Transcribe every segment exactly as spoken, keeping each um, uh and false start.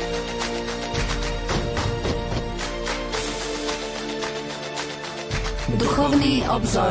Duchovný obzor.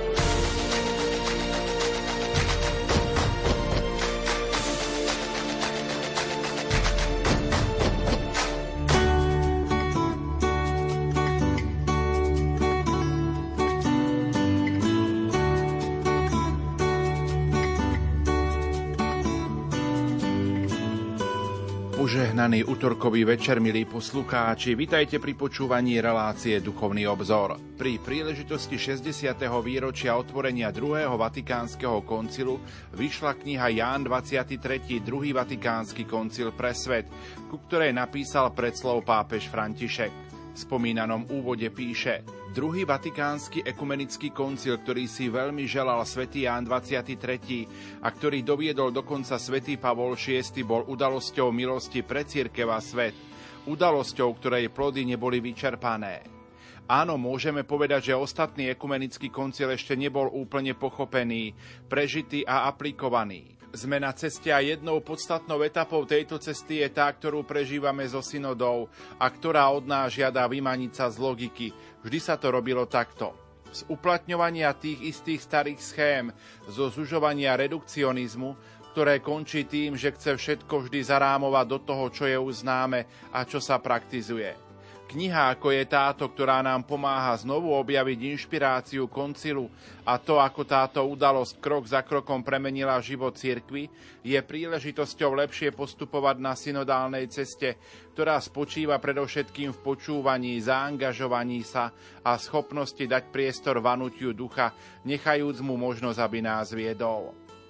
Požehnaný utorkový večer, milí poslucháči, vitajte pri počúvaní relácie Duchovný obzor. Pri príležitosti šesťdesiateho výročia otvorenia druhého vatikánskeho koncilu vyšla kniha Ján dvadsiaty tretí druhý vatikánsky koncil pre svet, ku ktorej napísal predslov pápež František. V spomínanom úvode píše: Druhý vatikánsky ekumenický koncil, ktorý si veľmi želal svätý Ján dvadsiaty tretí a ktorý doviedol dokonca svätý Pavol šiesty, bol udalosťou milosti pre cirkev a svet, udalosťou, ktorej plody neboli vyčerpané. Áno, môžeme povedať, že ostatný ekumenický koncil ešte nebol úplne pochopený, prežitý a aplikovaný. Sme na ceste a jednou podstatnou etapou tejto cesty je tá, ktorú prežívame so synodou a ktorá od nás žiada vymaniť sa z logiky. Vždy sa to robilo takto. Z uplatňovania tých istých starých schém, zo zužovania redukcionizmu, ktoré končí tým, že chce všetko vždy zarámovať do toho, čo je už známe a čo sa praktizuje. Kniha, ako je táto, ktorá nám pomáha znovu objaviť inšpiráciu koncilu a to, ako táto udalosť krok za krokom premenila život cirkvi, je príležitosťou lepšie postupovať na synodálnej ceste, ktorá spočíva predovšetkým v počúvaní, zaangažovaní sa a schopnosti dať priestor vanutiu ducha, nechajúc mu možnosť, aby nás viedol.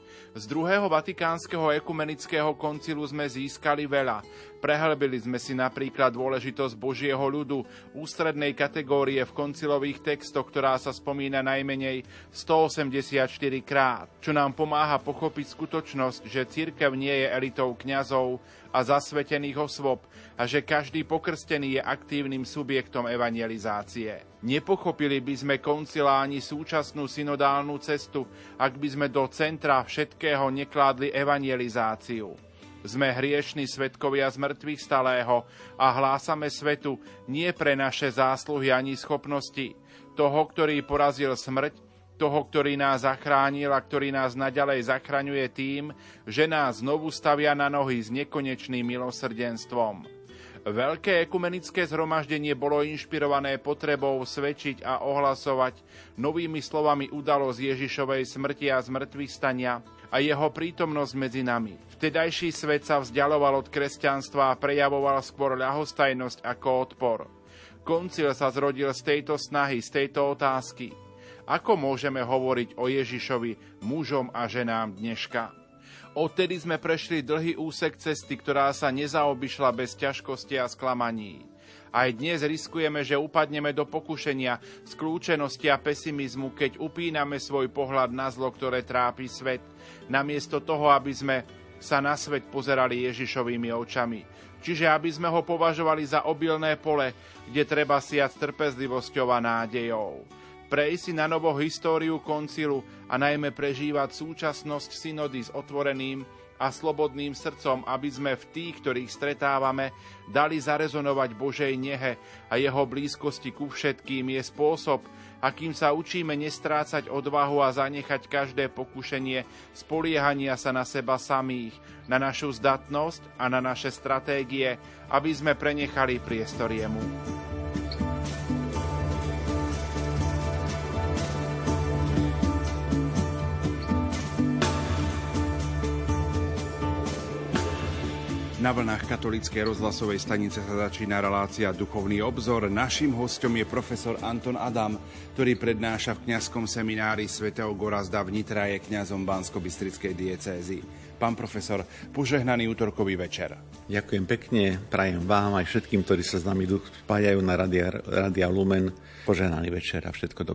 Z druhého vatikánskeho ekumenického koncilu sme získali veľa. Prehlbili sme si napríklad dôležitosť Božieho ľudu, ústrednej kategórie v koncilových textoch, ktorá sa spomína najmenej stoosemdesiatštyri krát, čo nám pomáha pochopiť skutočnosť, že cirkev nie je elitou kňazov a zasvetených osôb a že každý pokrstený je aktívnym subjektom evangelizácie. Nepochopili by sme koncila ani súčasnú synodálnu cestu, ak by sme do centra všetkého nekládli evangelizáciu. Sme hriešni svedkovia z mŕtvych stalého a hlásame svetu nie pre naše zásluhy ani schopnosti, toho, ktorý porazil smrť, toho, ktorý nás zachránil a ktorý nás naďalej zachraňuje tým, že nás znovu stavia na nohy s nekonečným milosrdenstvom. Veľké ekumenické zhromaždenie bolo inšpirované potrebou svedčiť a ohlasovať novými slovami udalosť Ježišovej smrti a zmrtvých stania a jeho prítomnosť medzi nami. Vtedajší svet sa vzdialoval od kresťanstva a prejavoval skôr ľahostajnosť ako odpor. Koncil sa zrodil z tejto snahy, z tejto otázky. Ako môžeme hovoriť o Ježišovi mužom a ženám dneška? Odtedy sme prešli dlhý úsek cesty, ktorá sa nezaobišla bez ťažkosti a sklamaní. Aj dnes riskujeme, že upadneme do pokušenia, skľúčenosti a pesimizmu, keď upíname svoj pohľad na zlo, ktoré trápi svet, namiesto toho, aby sme sa na svet pozerali Ježišovými očami. Čiže aby sme ho považovali za obilné pole, kde treba siať s trpezlivosťou a nádejou. Prejsť si na novo históriu koncilu a najmä prežívať súčasnosť synody s otvoreným a slobodným srdcom, aby sme v tých, ktorých stretávame, dali zarezonovať Božej nehe a jeho blízkosti ku všetkým, je spôsob, akým sa učíme nestrácať odvahu a zanechať každé pokušenie spoliehania sa na seba samých, na našu zdatnosť a na naše stratégie, aby sme prenechali priestor jemu. Na vlnách katolíckej rozhlasovej stanice sa začína relácia Duchovný obzor. Naším hosťom je profesor Anton Adam, ktorý prednáša v kňazskom seminári svätého Gorazda v Nitre a je kňazom Banskobystrickej diecézy. Pán profesor, požehnaný utorkový večer. Ďakujem pekne, prajem vám aj všetkým, ktorí sa s nami spájajú na Radia, Radia Lumen. Požehnaný večer a všetko dobré.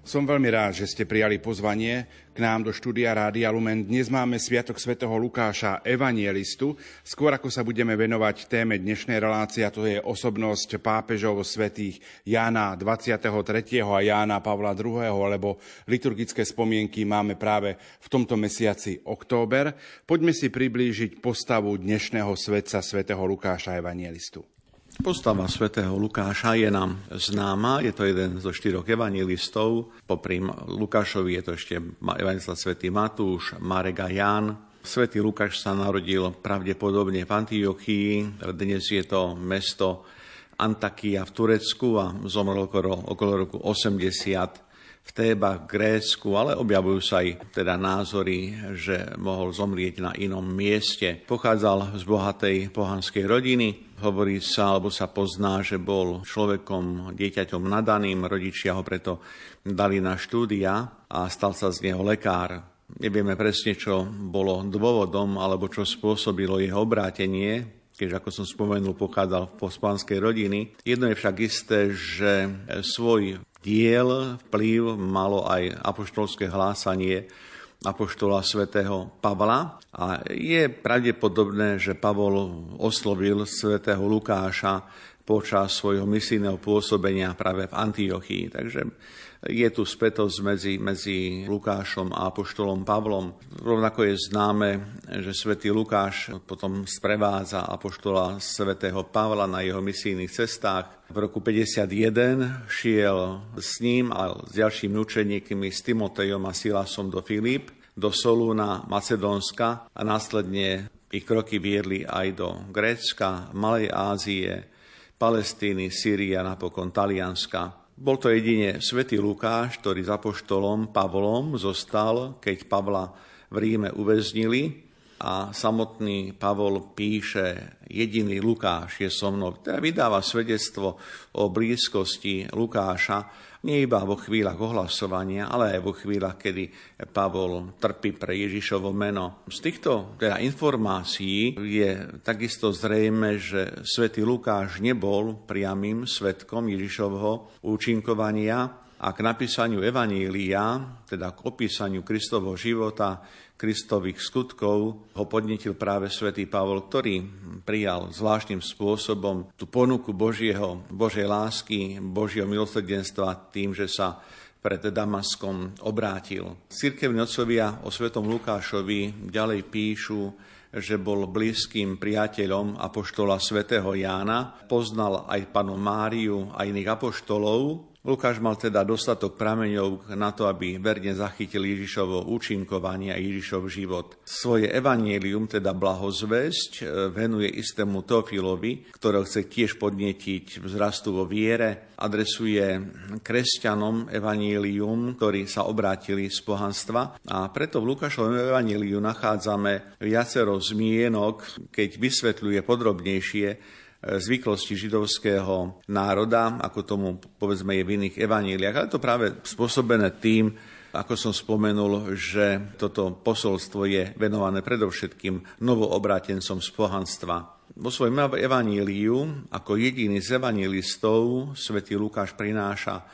Som veľmi rád, že ste prijali pozvanie k nám do štúdia Rádia Lumen. Dnes máme sviatok svätého Lukáša Evangelistu. Skôr ako sa budeme venovať téme dnešnej relácie, a to je osobnosť pápežov svätých Jána dvadsiateho tretieho a Jána Pavla druhého, lebo liturgické spomienky máme práve v tomto mesiaci október. Poďme si priblížiť postavu dnešného svätca svätého Lukáša Evangelistu. Postava svätého Lukáša je nám známa, je to jeden zo štyroch evangelistov. Popri Lukášovi je to ešte evangelista svätý Matúš, Marek a Ján. Svätý Lukáš sa narodil pravdepodobne v Antiochii, dnes je to mesto Antakia v Turecku a zomrel okolo, okolo roku osemdesiat v Tébach, v Grécku, ale objavujú sa aj teda názory, že mohol zomrieť na inom mieste. Pochádzal z bohatej pohanskej rodiny. Hovorí sa, alebo sa pozná, že bol človekom, dieťaťom nadaným, rodičia ho preto dali na štúdia a stal sa z neho lekár. Nevieme presne, čo bolo dôvodom, alebo čo spôsobilo jeho obrátenie, keďže, ako som spomenul, pochádzal z pohanskej rodiny. Jedno je však isté, že svoj diel vplyv malo aj apoštolské hlásanie apoštola svätého Pavla a je pravdepodobné, že Pavol oslovil svätého Lukáša počas svojho misijného pôsobenia práve v Antiochii. Takže je tu spätosť medzi, medzi Lukášom a apoštolom Pavlom. Rovnako je známe, že svätý Lukáš potom sprevádza apoštola svätého Pavla na jeho misijných cestách. V roku päťdesiatjeden šiel s ním a s ďalšími učeníkmi, s Timotejom a Silasom do Filip, do Solúna, Macedónska a následne ich kroky viedli aj do Grécka, Malej Ázie, Palestíny, Sýrie a napokon Talianska. Bol to jedine svätý Lukáš, ktorý s apoštolom Pavlom zostal, keď Pavla v Ríme uväznili a samotný Pavol píše, jediný Lukáš je so mnou. Teda vydáva svedectvo o blízkosti Lukáša, nie iba vo chvíľach ohlasovania, ale aj vo chvíľach, kedy Pavol trpí pre Ježišovo meno. Z týchto teda informácií je takisto zrejme, že svätý Lukáš nebol priamym svedkom Ježišovho účinkovania a k napísaniu Evanília, teda k opísaniu Kristovho života, Kristových skutkov, ho podnietil práve svätý Pavol, ktorý prijal zvláštnym spôsobom tú ponuku Božieho, Božej lásky, Božieho milosrdenstva tým, že sa pred Damaskom obrátil. Cirkevní otcovia o svätom Lukášovi ďalej píšu, že bol blízkym priateľom apoštola svätého Jána, poznal aj panu Máriu a iných apoštolov. Lukáš mal teda dostatok prameňov na to, aby verne zachytil Ježišovo účinkovanie a Ježišov život. Svoje evanjelium, teda blahozvesť, venuje istému Teofilovi, ktorého chce tiež podnietiť vzrastu vo viere. Adresuje kresťanom evanjelium, ktorí sa obrátili z pohanstva. A preto v Lukášovom evanjeliu nachádzame viacero zmienok, keď vysvetľuje podrobnejšie zvyklosti židovského národa, ako tomu povedzme je v iných evaníliách. Ale to práve spôsobené tým, ako som spomenul, že toto posolstvo je venované predovšetkým novoobrátencom z pohanstva. Vo svojom evaníliu ako jediný z evangelistov svätý Lukáš prináša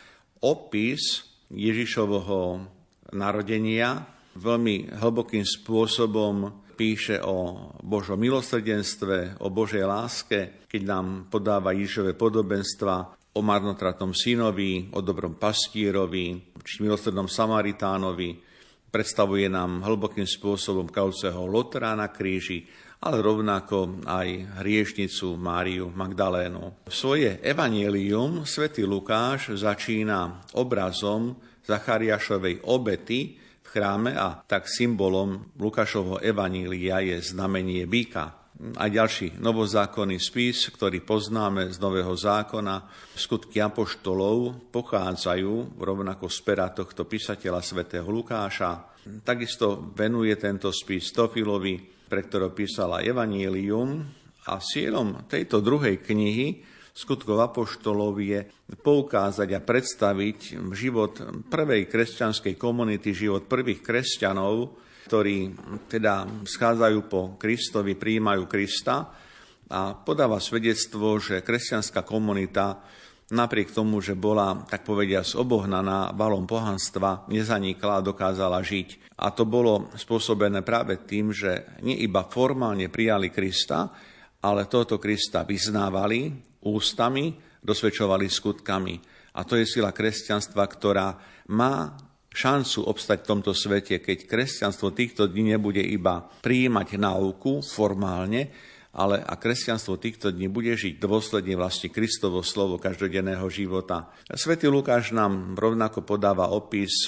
opis Ježišovho narodenia, veľmi hlbokým spôsobom píše o Božom milosrdenstve, o Božej láske, keď nám podáva Ježišove podobenstva o marnotratom synovi, o dobrom pastierovi, či milosrdnom Samaritánovi. Predstavuje nám hlbokým spôsobom kajúceho Lotra na kríži, ale rovnako aj hriešnicu Máriu Magdalénu. Svoje evanjelium svätý Lukáš začína obrazom Zachariášovej obety v chráme a tak symbolom Lukášovho evanília je znamenie býka. Aj ďalší novozákonný spis, ktorý poznáme z Nového zákona, skutky apoštolov, pochádzajú rovnako z pera tohto písateľa svätého Lukáša. Takisto venuje tento spis Teofilovi, pre ktorého písala evanílium, a cieľom tejto druhej knihy skutkov apoštolov je poukázať a predstaviť život prvej kresťanskej komunity, život prvých kresťanov, ktorí teda schádzajú po Kristovi, prijímajú Krista a podáva svedectvo, že kresťanská komunita napriek tomu, že bola, tak povediac, obohnaná valom pohanstva, nezanikla a dokázala žiť. A to bolo spôsobené práve tým, že nie iba formálne prijali Krista, ale tohto Krista vyznávali ústami, dosvedčovali skutkami. A to je sila kresťanstva, ktorá má šancu obstať v tomto svete, keď kresťanstvo týchto dní nebude iba prijímať náuku formálne, ale a kresťanstvo týchto dní bude žiť dôsledne vlastne Kristovo slovo každodenného života. Svätý Lukáš nám rovnako podáva opis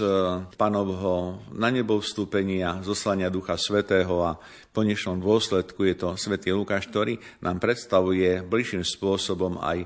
Pánovho na nebo vstúpenia, zoslania Ducha Svätého a v konečnom dôsledku je to Svätý Lukáš, ktorý nám predstavuje bližším spôsobom aj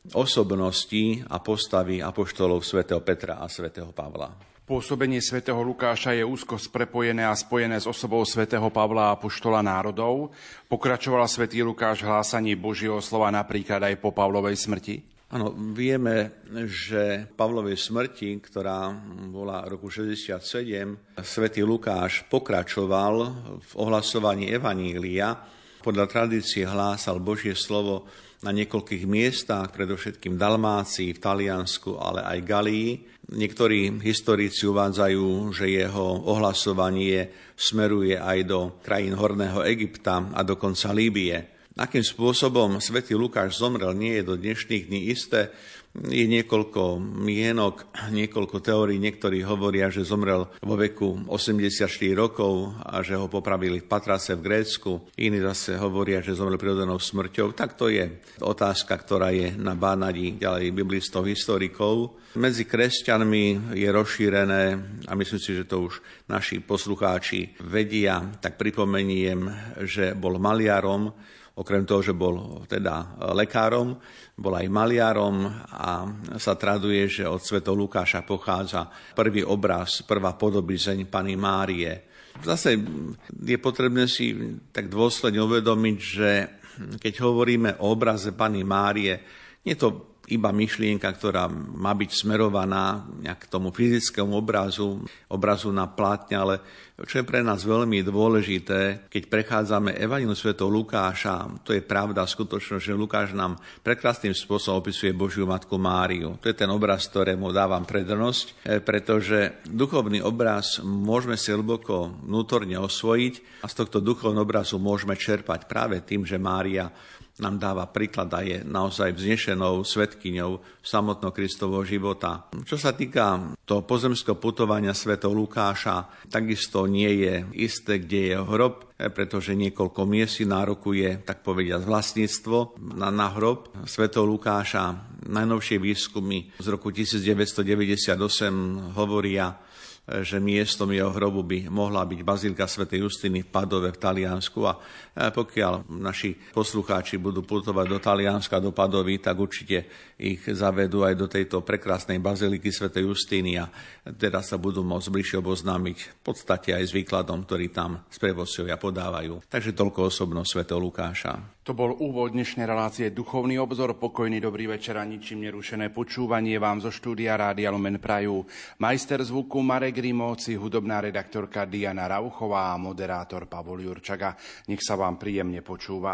osobnosti a postavy apoštolov svätého Petra a svätého Pavla. Pôsobenie svätého Lukáša je úzko prepojené a spojené s osobou svätého Pavla apoštola národov. Pokračoval svätý Lukáš v hlásaní Božieho slova napríklad aj po Pavlovej smrti? Áno, vieme, že Pavlovej smrti, ktorá bola roku šesťdesiatsedem, svätý Lukáš pokračoval v ohlasovaní evanília. Podľa tradície hlásal Božie slovo na niekoľkých miestach, predovšetkým v Dalmácii, v Taliansku, ale aj Galii. Niektorí historici uvádzajú, že jeho ohlasovanie smeruje aj do krajín Horného Egypta a dokonca Líbie. Akým spôsobom svätý Lukáš zomrel, nie je do dnešných dní isté. Je niekoľko mienok, niekoľko teórií. Niektorí hovoria, že zomrel vo veku osemdesiatštyri rokov a že ho popravili v Patrase v Grécku. Iní zase hovoria, že zomrel prirodzenou smrťou. Tak to je otázka, ktorá je na bánaní ďalej biblistov, historikov. Medzi kresťanmi je rozšírené, a myslím si, že to už naši poslucháči vedia, tak pripomeniem, že bol maliarom. Okrem toho, že bol teda lekárom, bol aj maliarom a sa traduje, že od svätého Lukáša pochádza prvý obraz, prvá podobizeň Panny Márie. Zase je potrebné si tak dôsledne uvedomiť, že keď hovoríme o obraze Panny Márie, nie je to iba myšlienka, ktorá má byť smerovaná k tomu fyzickému obrazu, obrazu na plátne, ale čo je pre nás veľmi dôležité, keď prechádzame Evanjelium svätého Lukáša, to je pravda, skutočnosť, že Lukáš nám prekrásnym spôsobom opisuje Božiu Matku Máriu. To je ten obraz, ktorému dávam prednosť, pretože duchovný obraz môžeme si hlboko vnútorne osvojiť a z tohto duchovného obrazu môžeme čerpať práve tým, že Mária nám dáva príklad a je naozaj vznešenou svedkyňou samotného Kristovho života. Čo sa týka toho pozemského putovania svätého Lukáša, takisto nie je isté, kde je jeho hrob, pretože niekoľko miest si nárokuje, tak povediať, vlastníctvo na, na hrob svätého Lukáša. Najnovšie výskumy z roku devätnásťstodeväťdesiatosem hovoria, že miestom jeho hrobu by mohla byť bazílka svätej Justiny v Padove v Taliansku a pokiaľ naši poslucháči budú putovať do Talianska, do Padovy, tak určite ich zavedú aj do tejto prekrásnej bazíliky svätej Justiny a teda sa budú môcť bližšie oboznámiť v podstate aj s výkladom, ktorý tam sprievodcovia podávajú. Takže toľko osobnosť svätého Lukáša. To bol úvod dnešnej relácie Duchovný obzor. Pokojný dobrý večer a ničím nerušené počúvanie vám zo štúdia Rádia Lumen prajú majster zvuku Marek Grimovci, hudobná redaktorka Diana Rauchová a moderátor Pavol Jurčaga. Nech sa vám príjemne počúva.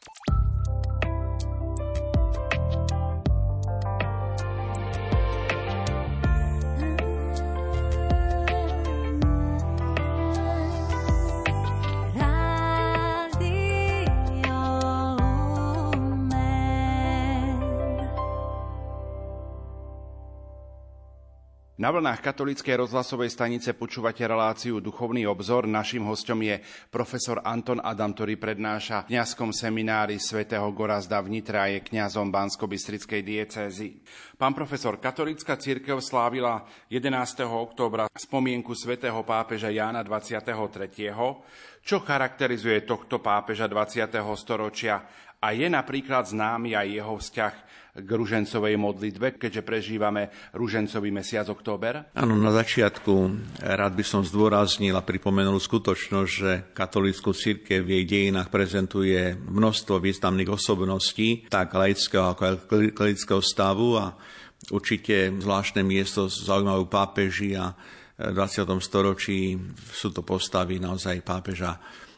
Na vlnách katolíckej rozhlasovej stanice počúvate reláciu Duchovný obzor. Naším hostom je profesor Anton Adam, ktorý prednáša v kňazskom seminári svätého Gorazda v Nitre a je kňazom Banskobystrickej diecézy. Pán profesor, katolícka cirkev slávila jedenásteho októbra spomienku svätého pápeža Jána dvadsiateho tretieho Čo charakterizuje tohto pápeža dvadsiateho storočia a je napríklad známy aj jeho vzťah k ružencovej modlitbe, keďže prežívame ružencový mesiac október? Áno, na začiatku rád by som zdôraznil a pripomenul skutočnosť, že katolícku cirkev v jej dejinách prezentuje množstvo významných osobností, tak laického ako aj klerického stavu a určite zvláštne miesto zaujímajú pápeži a v dvadsiatom storočí sú to postavy naozaj pápeža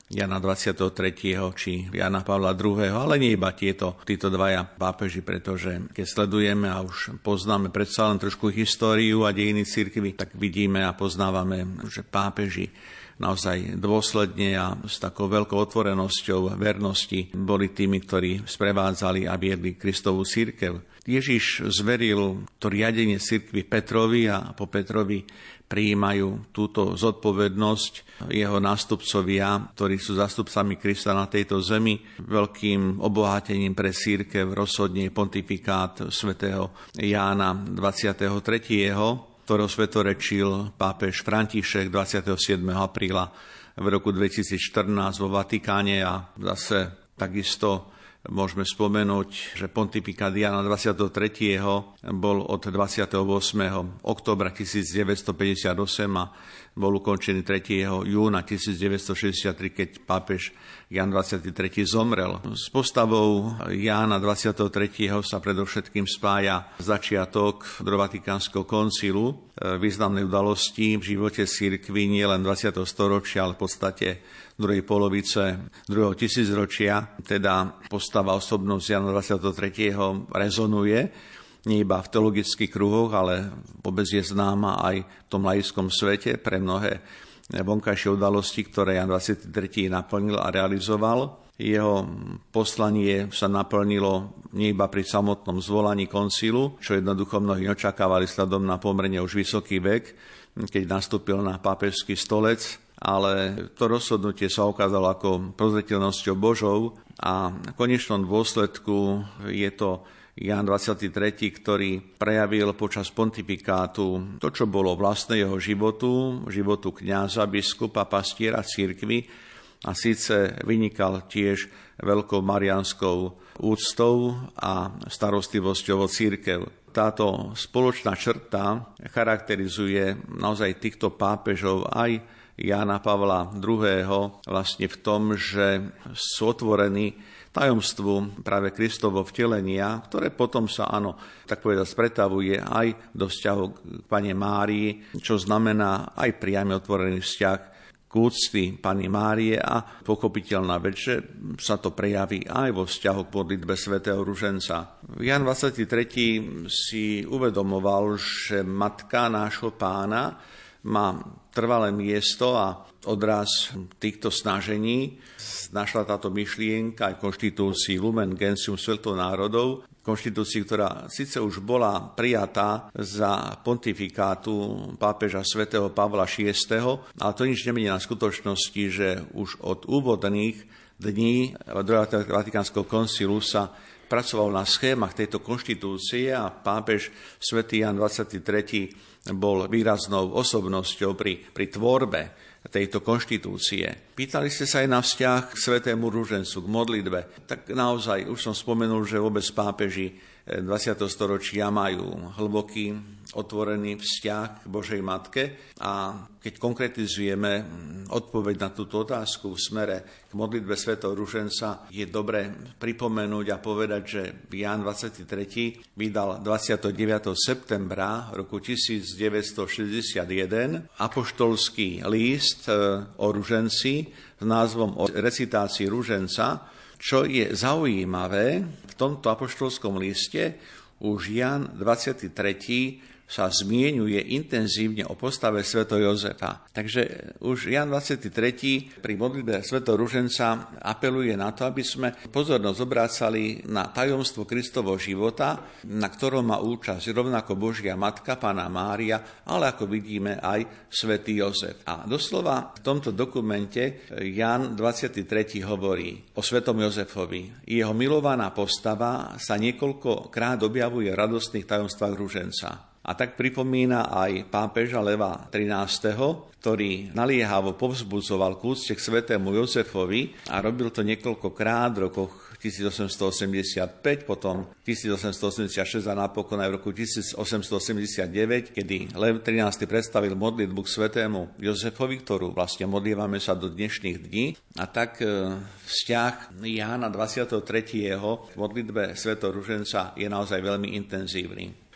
Jana dvadsiateho tretieho či Jana Pavla druhého, ale nie iba tieto, títo dvaja pápeži, pretože keď sledujeme a už poznáme predsa len trošku históriu a dejiny cirkvi, tak vidíme a poznávame, že pápeži naozaj dôsledne a s takou veľkou otvorenosťou vernosti boli tými, ktorí sprevádzali a viedli Kristovú cirkev. Ježiš zveril to riadenie cirkvi Petrovi a po Petrovi prijímajú túto zodpovednosť jeho nástupcovia, ktorí sú zástupcami Krista na tejto zemi. Veľkým obohatením pre cirkev rozhodne pontifikát svätého Jána dvadsiateho tretieho, ktorého svetorečil pápež František dvadsiateho siedmeho apríla v roku dvetisícštrnásť vo Vatikáne a zase takisto môžeme spomenúť, že pontifikát Jána dvadsiateho tretieho bol od dvadsiateho ôsmeho októbra tisícdeväťstopäťdesiatosem a bol ukončený tretieho júna tisícdeväťstošesťdesiattri, keď pápež Ján dvadsiaty tretí zomrel. S postavou Jána dvadsiateho tretieho sa predovšetkým spája začiatok druhého Vatikánskeho koncilu, významnej udalosti v živote cirkvi nielen dvadsiateho storočia, ale v podstate druhej polovice druhého tisícročia, teda postava osobnosť Jana dvadsiateho tretieho rezonuje nie iba v teologických kruhoch, ale vôbec je známa aj v tom laickom svete pre mnohé vonkajšie udalosti, ktoré Ján dvadsiaty tretí naplnil a realizoval. Jeho poslanie sa naplnilo nie iba pri samotnom zvolaní koncilu, čo jednoducho mnohí očakávali sledom na pomerne už vysoký vek, keď nastúpil na pápežský stolec, ale to rozhodnutie sa ukázalo ako prozreteľnosťou Božou a v konečnom dôsledku je to Ján dvadsiaty tretí, ktorý prejavil počas pontifikátu to, čo bolo vlastné jeho životu, životu kňaza, biskupa, pastiera cirkvi, a síce vynikal tiež veľkou mariánskou úctou a starostlivosťou o cirkev. Táto spoločná črta charakterizuje naozaj týchto pápežov aj Jána Pavla druhého. vlastne v tom, že sú otvorení tajomstvu práve Kristovo vtelenia, ktoré potom sa, áno, tak povedať, pretavuje aj do vzťahu k Panne Márii, čo znamená aj priamy otvorený vzťah k úcty Panny Márie a pochopiteľná vec, že sa to prejaví aj vo vzťahu k modlitbe svätého Ruženca. Ján dvadsiaty tretí si uvedomoval, že matka nášho Pána má trvalé miesto a odraz týchto snažení našla táto myšlienka aj konštitúcii Lumen Gentium Svetou národov, konštitúcii, ktorá síce už bola prijatá za pontifikátu pápeža svätého Pavla šiesteho, ale to nič nemení na skutočnosti, že už od úvodných dní druhého Vatikánskeho koncilu sa pracoval na schémach tejto konštitúcie a pápež svätý Ján dvadsiaty tretí bol výraznou osobnosťou pri, pri tvorbe tejto konštitúcie. Pýtali ste sa aj na vzťah k svätému Ružencu, k modlitbe. Tak naozaj, už som spomenul, že vôbec pápeži dvadsiateho storočia majú hlboký, otvorený vzťah k Božej Matke a keď konkretizujeme odpoveď na túto otázku v smere k modlitbe svätého Ruženca, je dobre pripomenúť a povedať, že Ján dvadsiaty tretí vydal dvadsiateho deviateho septembra roku tisícdeväťstošesťdesiatjeden apoštolský list o Ruženci s názvom o recitácii Ruženca. Čo je zaujímavé, v tomto apoštolskom liste už Ján dvadsiaty tretí sa zmieňuje intenzívne o postave svätého Jozefa. Takže už Ján dvadsiaty tretí pri modlitbe svätého Ruženca apeluje na to, aby sme pozornosť obrácali na tajomstvo Kristovho života, na ktorom má účasť rovnako Božia Matka, Panna Mária, ale ako vidíme aj svätý Jozef. A doslova v tomto dokumente Ján dvadsiaty tretí hovorí o svätom Jozefovi. Jeho milovaná postava sa niekoľkokrát objavuje v radostných tajomstvách Ruženca. A tak pripomína aj pápeža Leva trinásteho, ktorý naliehavo povzbudzoval k úcte k svätému Jozefovi a robil to niekoľkokrát v rokoch tisícosemstoosemdesiatpäť, potom tisícosemstoosemdesiatšesť a napokon aj v roku tisícosemstoosemdesiatdeväť, kedy Lev trinásty predstavil modlitbu k svätému Jozefovi, ktorú vlastne modlívame sa do dnešných dní. A tak vzťah Jána dvadsiateho tretieho k modlitbe svätého Ruženca je naozaj veľmi intenzívny.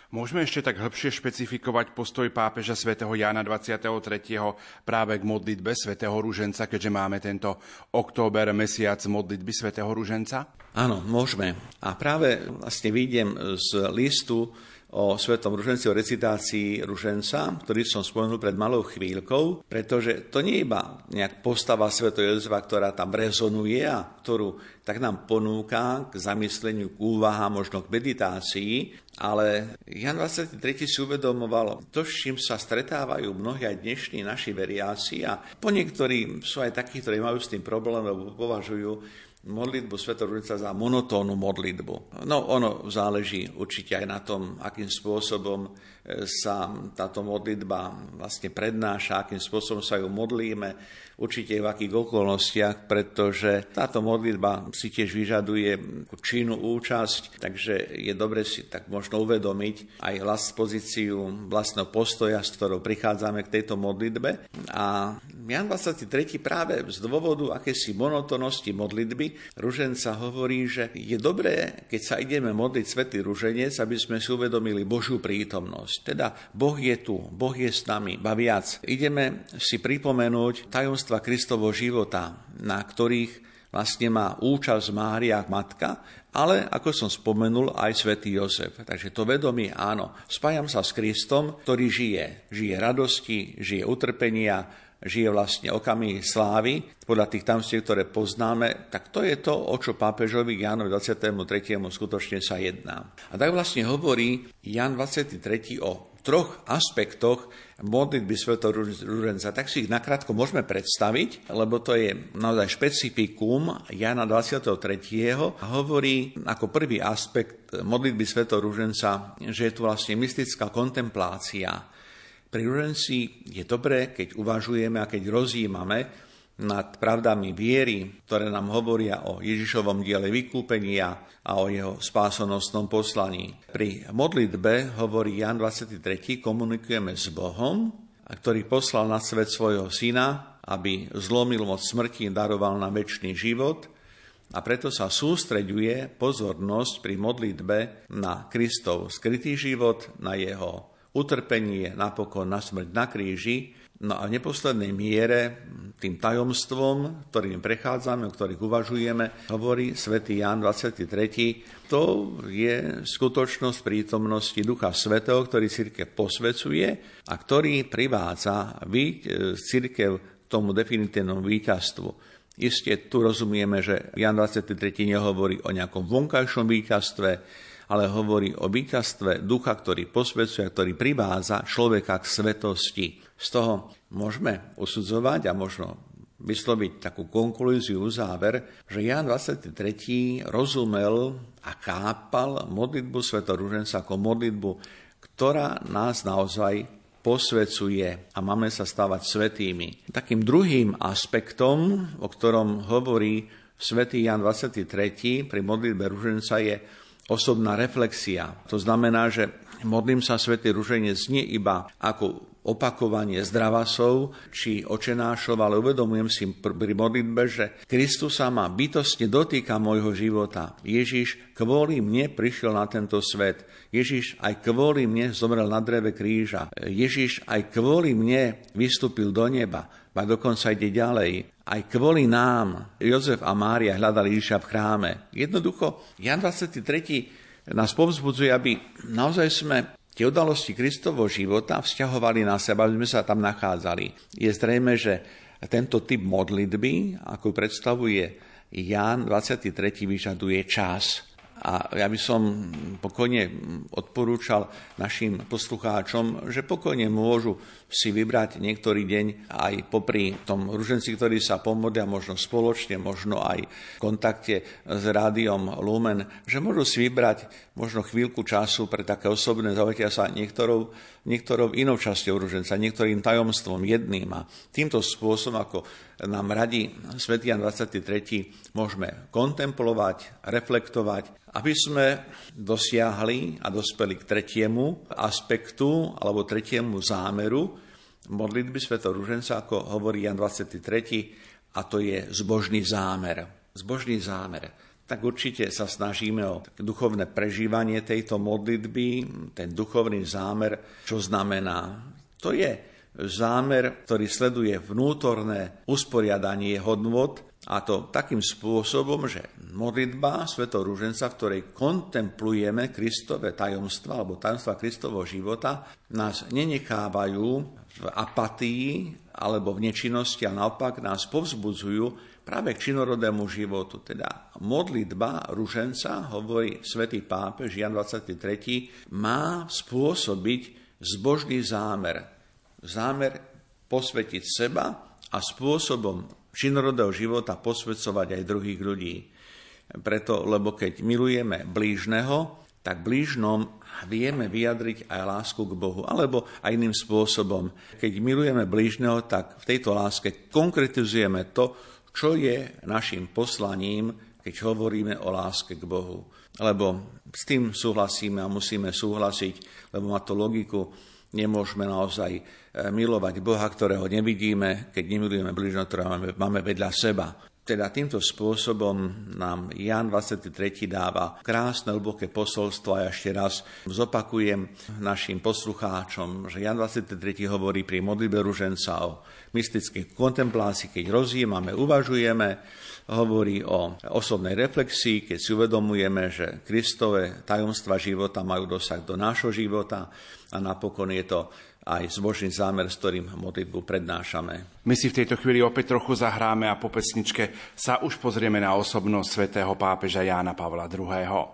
Môžeme ešte tak hĺbšie špecifikovať postoj pápeža svätého Jána dvadsiateho tretieho práve k modlitbe svätého Ruženca, keďže máme tento október, mesiac modlitby svätého Ruženca? Áno, môžeme. A práve vlastne vidím z listu o svätom Ruženci, o recitácii Ruženca, ktorý som spomenul pred malou chvíľkou, pretože to nie je iba nejak postava svätého Jozefa, ktorá tam rezonuje a ktorú tak nám ponúka k zamysleniu, k úvahám, možno k meditácii, ale Ján dvadsiaty tretí si uvedomoval to, s čím sa stretávajú mnohí aj dnešní naši veriaci, a po niektorí sú aj takí, ktorí majú s tým problém, lebo považujú modlitbu svätého Ruženca za monotónnu modlitbu. No ono záleží určite aj na tom, akým spôsobom sa táto modlitba vlastne prednáša, akým spôsobom sa ju modlíme, určite v akých okolnostiach, pretože táto modlitba si tiež vyžaduje činnú účasť, takže je dobre si tak možno uvedomiť aj vlast pozíciu vlastného postoja, s ktorou prichádzame k tejto modlitbe. A Ján dvadsiaty tretí práve z dôvodu akési monotónnosti modlitby Ruženca hovorí, že je dobré, keď sa ideme modliť svätý Ruženec, aby sme si uvedomili Božiu prítomnosť. Teda Boh je tu, Boh je s nami, ba viac. Ideme si pripomenúť tajomstva Kristovho života, na ktorých vlastne má účasť Mária matka, ale ako som spomenul aj svätý Jozef. Takže to vedomie, áno, spájam sa s Kristom, ktorý žije. Žije radosti, žije utrpenia, žije vlastne okamihy slávy, podľa tých tajomstiev, ktoré poznáme, tak to je to, o čo pápežovi Jánovi dvadsiatemu tretiemu skutočne sa jedná. A tak vlastne hovorí Ján dvadsiaty tretí o troch aspektoch modlitby svätého Ruženca. Tak si ich nakrátko môžeme predstaviť, lebo to je naozaj špecifikum Jána dvadsiateho tretieho a hovorí ako prvý aspekt modlitby svätého Ruženca, že je tu vlastne mystická kontemplácia. Pri Ruženci je dobré, keď uvažujeme a keď rozjímame nad pravdami viery, ktoré nám hovoria o Ježišovom diele vykúpenia a o jeho spásonosnom poslaní. Pri modlitbe, hovorí Ján dvadsiaty tretí, komunikujeme s Bohom, ktorý poslal na svet svojho syna, aby zlomil moc smrti, daroval nám večný život, a preto sa sústreďuje pozornosť pri modlitbe na Kristov skrytý život, na jeho utrpenie, napokon na smrť na kríži. No a v neposlednej miere tým tajomstvom, ktorým prechádzame, o ktorých uvažujeme, hovorí svätý Ján dvadsiaty tretí, to je skutočnosť prítomnosti Ducha Svätého, ktorý cirkev posvecuje a ktorý privádza cirkev k tomu definitívnemu víťazstvu. Isté tu rozumieme, že Ján dvadsiaty tretí nehovorí o nejakom vonkajšom víťazstve, ale hovorí o víťazstve ducha, ktorý posvedzuje, ktorý privádza človeka k svetosti. Z toho môžeme usudzovať a možno vysloviť takú konklúziu, záver, že Ján dvadsiaty tretí rozumel a chápal modlitbu svätého Ruženca ako modlitbu, ktorá nás naozaj posvedzuje a máme sa stávať svätými. Takým druhým aspektom, o ktorom hovorí svätý Ján dvadsiaty tretí pri modlitbe Ruženca, je osobná reflexia. To znamená, že modlím sa svätý Ruženec nie iba ako opakovanie zdravasov či očenášov, ale uvedomujem si pri modlitbe, že Kristus sa ma bytostne dotýka môjho života. Ježiš kvôli mne prišiel na tento svet. Ježiš aj kvôli mne zomrel na dreve kríža. Ježiš aj kvôli mne vystúpil do neba. A dokonca ide ďalej. Aj kvôli nám Jozef a Mária hľadali Ježiša v chráme. Jednoducho, Ján dvadsiaty tretí nás povzbudzuje, aby naozaj sme tie udalosti Kristovho života vzťahovali na seba, aby sme sa tam nachádzali. Je zrejme, že tento typ modlitby, ako predstavuje Ján dvadsiaty tretí, vyžaduje čas. A ja by som pokojne odporúčal našim poslucháčom, že pokojne môžu si vybrať niektorý deň aj popri tom ruženci, ktorý sa pomodlia, možno spoločne, možno aj v kontakte s rádiom Lumen, že môžu si vybrať možno chvíľku času pre také osobné zaujatia sa niektorou, niektorou inou časťou ruženca, niektorým tajomstvom jedným. A týmto spôsobom, ako nám radí svätý Ján dvadsiaty tretí, môžeme kontemplovať, reflektovať, aby sme dosiahli a dospeli k tretiemu aspektu alebo tretiemu zámeru modlitby svätého Ruženca, ako hovorí Ján dvadsiaty tretí, a to je zbožný zámer. Zbožný zámer. tak určite sa snažíme o duchovné prežívanie tejto modlitby, ten duchovný zámer, čo znamená. To je zámer, ktorý sleduje vnútorné usporiadanie hodnôt, a to takým spôsobom, že modlitba svätého Ruženca, v ktorej kontemplujeme Kristove tajomstva alebo tajomstva Kristovho života, nás nenechávajú v apatii alebo v nečinnosti, a naopak nás povzbudzujú práve k činorodému životu. Teda modlitba Ruženca, hovorí svätý pápež Ján dvadsiaty tretí, má spôsobiť zbožný zámer. Zámer posvetiť seba a spôsobom činorodého života posvedcovať aj druhých ľudí. Preto, lebo keď milujeme blížneho, tak blížnom vieme vyjadriť aj lásku k Bohu. Alebo aj iným spôsobom. Keď milujeme blížneho, tak v tejto láske konkretizujeme to, čo je našim poslaním, keď hovoríme o láske k Bohu. Lebo s tým súhlasíme a musíme súhlasiť, lebo má to logiku. Nemôžeme naozaj milovať Boha, ktorého nevidíme, keď nemilujeme blížneho, ktorého máme, máme vedľa seba. Teda týmto spôsobom nám Ján dvadsiaty tretí dáva krásne, hlboké posolstvo, a ešte raz zopakujem našim poslucháčom, že Ján dvadsiaty tretí hovorí pri modlitbe Ruženca o mystickej kontemplácii, keď rozjímame, uvažujeme, hovorí o osobnej reflexii, keď si uvedomujeme, že Kristove tajomstva života majú dosah do nášho života, a napokon je to aj zbožný zámer, s ktorým modlitbu prednášame. My si v tejto chvíli opäť trochu zahráme a po pesničke sa už pozrieme na osobnosť svätého pápeža Jána Pavla druhého.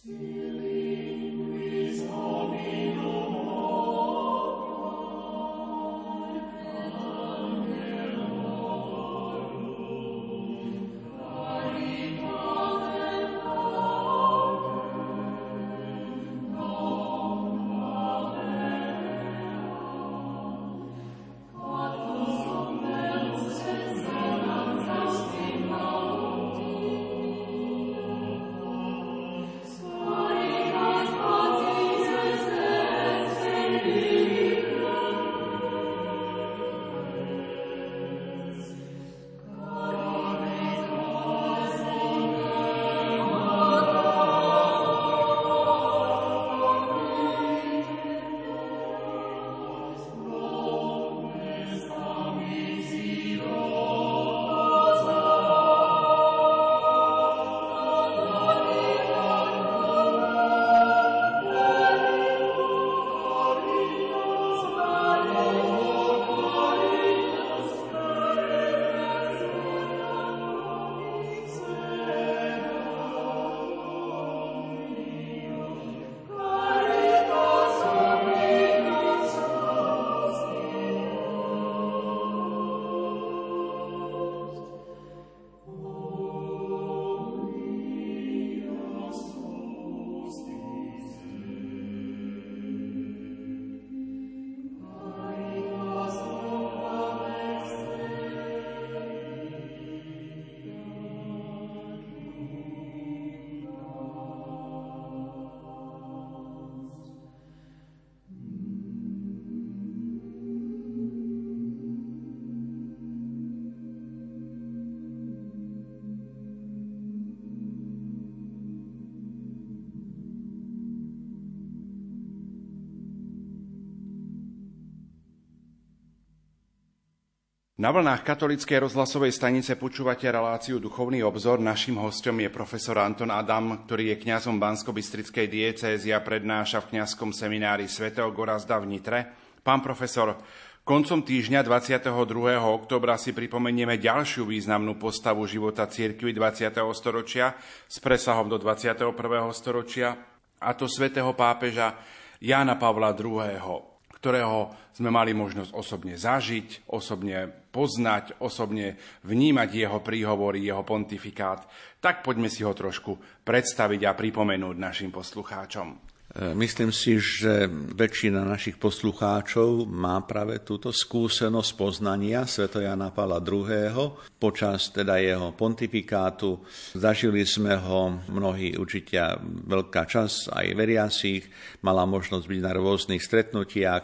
Na vlnách katolíckej rozhlasovej stanice počúvate reláciu Duchovný obzor. Naším hostom je profesor Anton Adam, ktorý je kňazom Banskobystrickej diecézy a prednáša v kňazskom seminári svätého Gorazda v Nitre. Pán profesor, koncom týždňa dvadsiateho druhého októbra si pripomenieme ďalšiu významnú postavu života cirkvi dvadsiateho storočia s presahom do dvadsiateho prvého storočia, a to svätého pápeža Jána Pavla druhého., ktorého sme mali možnosť osobne zažiť, osobne poznať, osobne vnímať jeho príhovory, jeho pontifikát. Tak poďme si ho trošku predstaviť a pripomenúť našim poslucháčom. Myslím si, že väčšina našich poslucháčov má práve túto skúsenosť poznania svätého Jána Pavla druhého. Počas teda jeho pontifikátu zažili sme ho mnohí určite, veľká časť aj veriacich, mala možnosť byť na rôznych stretnutiach.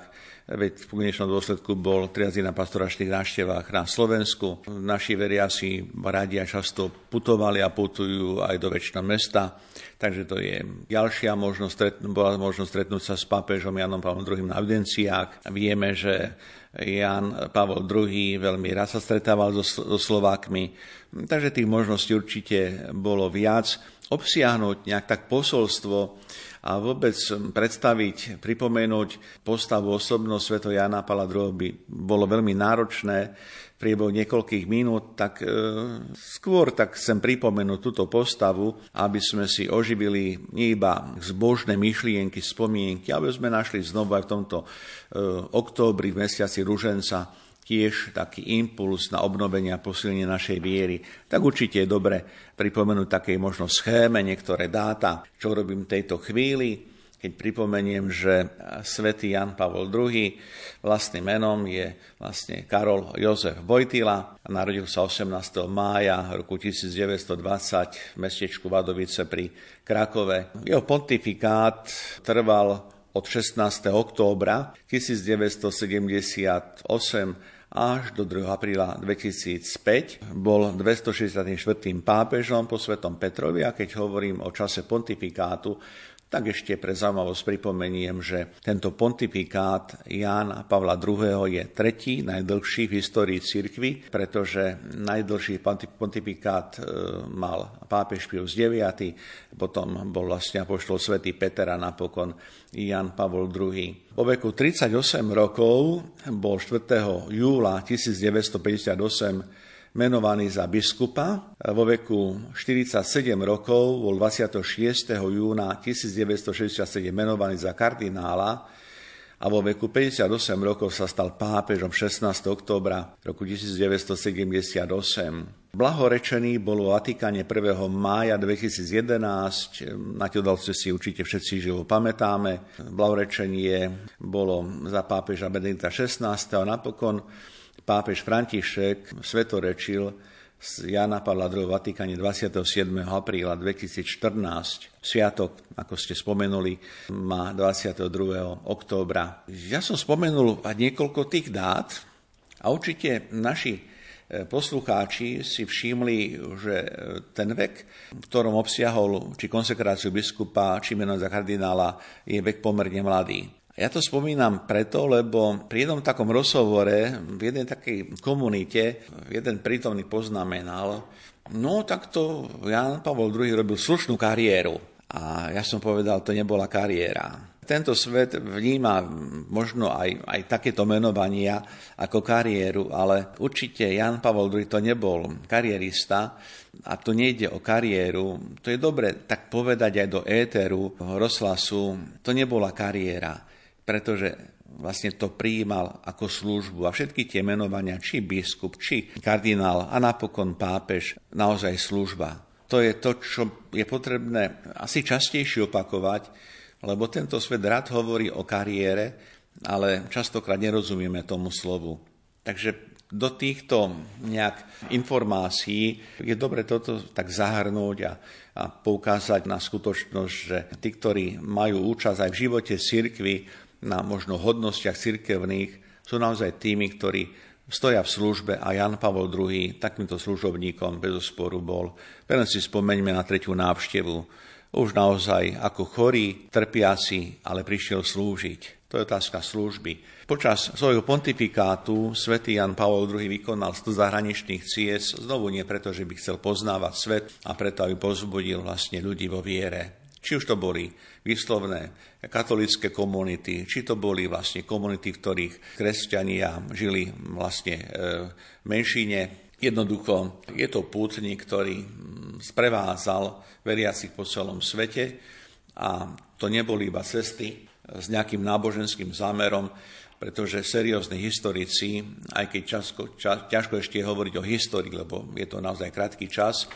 veď v konečnom dôsledku bol tri razy na pastoračných návštevách na Slovensku. Naši veriaci radia často putovali a putujú aj do väčšného mesta, takže to je ďalšia možnosť, bola možnosť stretnúť sa s pápežom Jánom Pavlom druhým na audienciách. Vieme, že Ján Pavol druhý veľmi rád sa stretával so, so Slovákmi, takže tých možností určite bolo viac. Obsiahnuť nejak tak posolstvo a vôbec predstaviť, pripomenúť postavu, osobnosť svätého Jána Pavla druhého. by bolo veľmi náročné v priebehu niekoľkých minút, tak e, skôr tak chcem pripomenúť túto postavu, aby sme si oživili nie iba zbožné myšlienky, spomienky, aby sme našli znovu aj v tomto e, októbri, v mesiaci ruženca, tiež taký impuls na obnovenie a posilnenie našej viery. Tak určite je dobre pripomenúť takej možno schéme niektoré dáta, čo robím v tejto chvíli, keď pripomeniem, že svätý Ján Pavol druhý vlastným menom je vlastne Karol Jozef Vojtila a narodil sa osemnásteho mája roku tisícdeväťstodvadsať v mestečku Vadovice pri Krakove. Jeho pontifikát trval od šestnásteho októbra tisícdeväťstosedemdesiatosem až do druhého apríla dvetisícpäť. Bol dvestošesťdesiatym štvrtým pápežom po svätom Petrovi a keď hovorím o čase pontifikátu, tak ešte pre zaujímavosť pripomeniem, že tento pontifikát Jána Pavla druhého. je tretí najdlhší v histórii cirkvi, pretože najdlhší pontifikát mal pápež Pius deviaty, potom bol vlastne apoštol svätý Peter a napokon Ján Pavol druhý. Po veku tridsaťosem rokov bol štvrtého júla tisícdeväťstopäťdesiatosem menovaný za biskupa. Vo veku štyridsaťsedem rokov bol dvadsiateho šiesteho júna tisícdeväťstošesťdesiatsedem menovaný za kardinála a vo veku päťdesiatosem rokov sa stal pápežom šestnásteho októbra roku tisícdeväťstosedemdesiatosem. Blahorečený bol vo Vatikáne prvého mája dvetisícjedenásť. Na tie udalosti si určite všetci živo pamätáme. Blahorečenie bolo za pápeža Benedikta šestnásteho. a napokon pápež František svetorečil z Jána Pavla druhého. v Vatikáne dvadsiateho siedmeho apríla dvetisícštrnásť. Sviatok, ako ste spomenuli, má dvadsiateho druhého októbra. Ja som spomenul niekoľko tých dát a určite naši poslucháči si všimli, že ten vek, v ktorom obsiahol či konsekráciu biskupa, či meno za kardinála, je vek pomerne mladý. Ja to spomínam preto, lebo pri jednom takom rozhovore, v jednej takej komunite, jeden prítomný poznamenal, no takto Ján Pavol druhý. robil slušnú kariéru. A ja som povedal, to nebola kariéra. Tento svet vníma možno aj, aj takéto menovania ako kariéru, ale určite Ján Pavol druhý. to nebol karierista a tu nejde o kariéru. To je dobre tak povedať aj do éteru, rozhlasu, to nebola kariéra, pretože vlastne to prijímal ako službu a všetky tie menovania, či biskup, či kardinál a napokon pápež, naozaj služba. To je to, čo je potrebné asi častejšie opakovať, lebo tento svet rád hovorí o kariére, ale častokrát nerozumieme tomu slovu. Takže do týchto nejak informácií je dobre toto tak zahrnúť a, a poukázať na skutočnosť, že tí, ktorí majú účasť aj v živote cirkvi, na možno hodnostiach cirkevných, sú naozaj tými, ktorí stoja v službe a Ján Pavol druhý. takýmto služobníkom bez sporu bol. Len si spomeňme na tretiu návštevu. Už naozaj ako chorý, trpiaci, ale prišiel slúžiť. To je otázka služby. Počas svojho pontifikátu svätý Ján Pavol druhý. vykonal sto zahraničných ciest, znovu nie preto, že by chcel poznávať svet a preto, aby povzbudil vlastne ľudí vo viere. Či už to boli výslovné katolícke komunity, či to boli vlastne komunity, v ktorých kresťania žili vlastne v menšine. Jednoducho je to pútnik, ktorý sprevádzal veriacich po celom svete a to neboli iba cesty s nejakým náboženským zámerom, pretože seriózni historici, aj keď ťažko, ťažko ešte hovoriť o histórii, lebo je to naozaj krátky čas,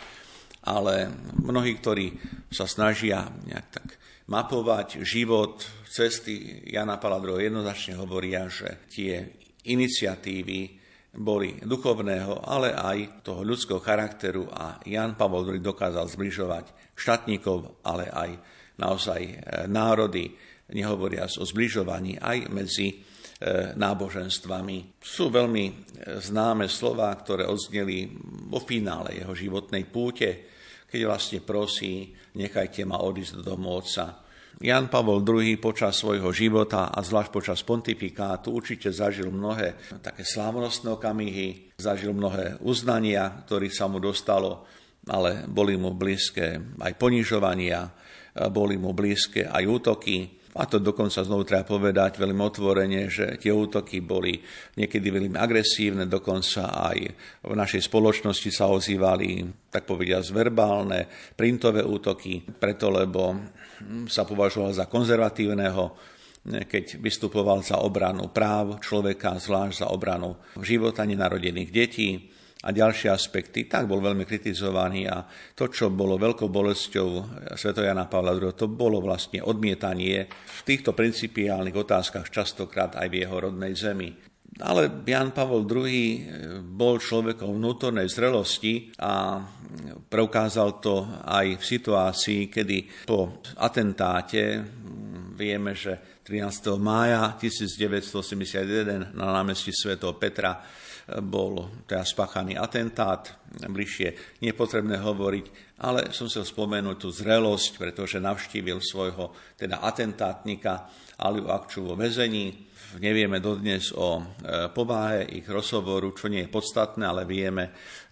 ale mnohí, ktorí sa snažia nejak tak mapovať život, cesty Jána Pavla druhého. jednoznačne hovoria, že tie iniciatívy boli duchovného, ale aj toho ľudského charakteru a Ján Pavol druhý. dokázal zbližovať štátnikov, ale aj naozaj národy, nehovoriac o zbližovaní aj medzi náboženstvami. Sú veľmi známe slová, ktoré odzneli vo finále jeho životnej púte, keď vlastne prosí, nechajte ma odísť do domu Otca. Ján Pavol druhý. počas svojho života a zvlášť počas pontifikátu určite zažil mnohé také slávnostné okamihy, zažil mnohé uznania, ktorých sa mu dostalo, ale boli mu blízke aj ponižovania, boli mu blízke aj útoky. A to dokonca znovu treba povedať veľmi otvorene, že tie útoky boli niekedy veľmi agresívne, dokonca aj v našej spoločnosti sa ozývali, tak povediať, verbálne, printové útoky, preto lebo sa považoval za konzervatívneho, keď vystupoval za obranu práv človeka, zvlášť za obranu života nenarodených detí a ďalšie aspekty, tak bol veľmi kritizovaný a to, čo bolo veľkou bolesťou svätého Jana Pavla druhého., to bolo vlastne odmietanie v týchto principiálnych otázkach častokrát aj v jeho rodnej zemi. Ale Ján Pavol druhý. bol človekom vnútornej zrelosti a preukázal to aj v situácii, kedy po atentáte, vieme, že trinásteho mája tisícdeväťstoosemdesiatjeden na námestí svätého Petra bol teda spáchaný atentát, bližšie nepotrebné hovoriť, ale som chcel spomenúť tú zrelosť, pretože navštívil svojho teda atentátnika Aliu Akču vo väzení. Nevieme dodnes o povahe ich rozhovoru, čo nie je podstatné, ale vieme,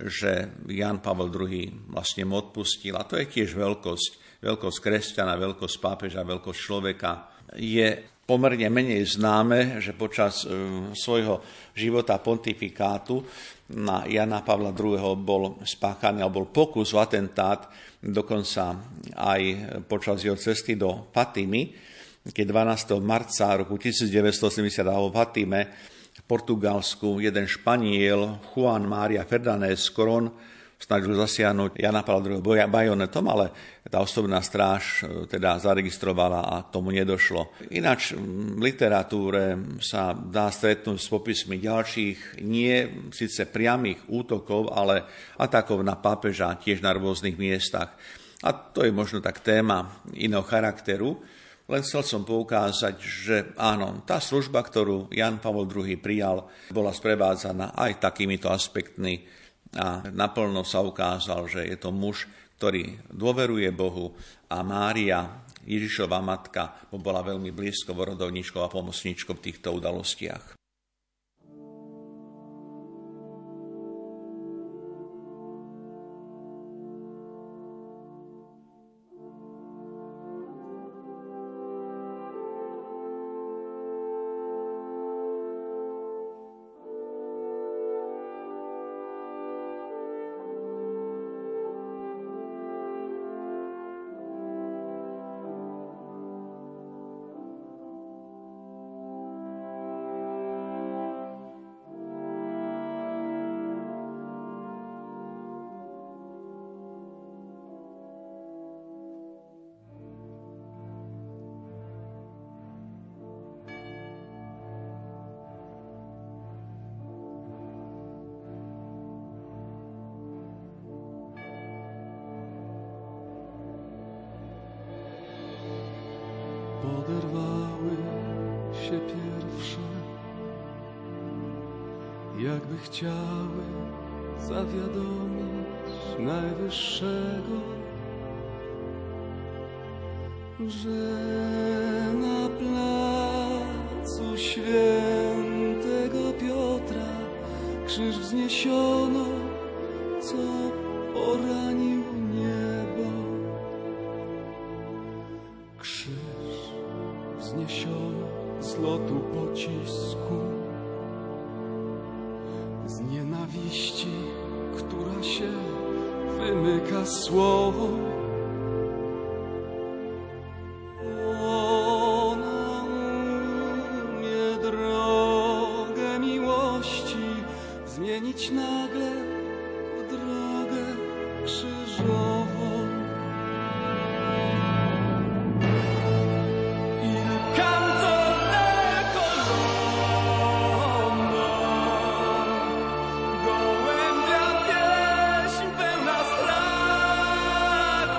že Ján Pavol druhý. vlastne mu odpustil. A to je tiež veľkosť, veľkosť kresťana, veľkosť pápeža, veľkosť človeka. Je pomerne menej známe, že počas svojho života pontifikátu na Jana Pavla druhého. bol spáchaný, alebo bol pokus o atentát, dokonca aj počas jeho cesty do Fatimy, keď dvanásteho marca roku tisícdeväťstoosemdesiatdva v Fatime v Portugalsku jeden Španiel, Juan Maria Fernández Corón, snažil zasiahnuť Jana Pavla druhého. bajonetom, ale tá osobná stráž teda zaregistrovala a tomu nedošlo. Ináč v literatúre sa dá stretnúť s popismi ďalších, nie síce priamých útokov, ale atakov na pápeža tiež na rôznych miestach. A to je možno tak téma iného charakteru. Len chcel som poukázať, že áno, tá služba, ktorú Ján Pavol druhý. prijal, bola sprevádzaná aj takýmito aspektmi a naplno sa ukázal, že je to muž, ktorý dôveruje Bohu a Mária, Ježišova matka, mu bola veľmi blízko rodovníčkou a pomocníčkou v týchto udalostiach. Poderwały się pierwsze, jakby chciały zawiadomić Najwyższego, że na placu Świętego Piotra krzyż wzniesiono, co poranił niebo. Krzyż wzniesiono z lotu pocisku, z nienawiści, która się wymyka słowom. Ona umie drogę miłości zmienić nagle w drogę krzyżową. Gołębia pieśń pełna strachu.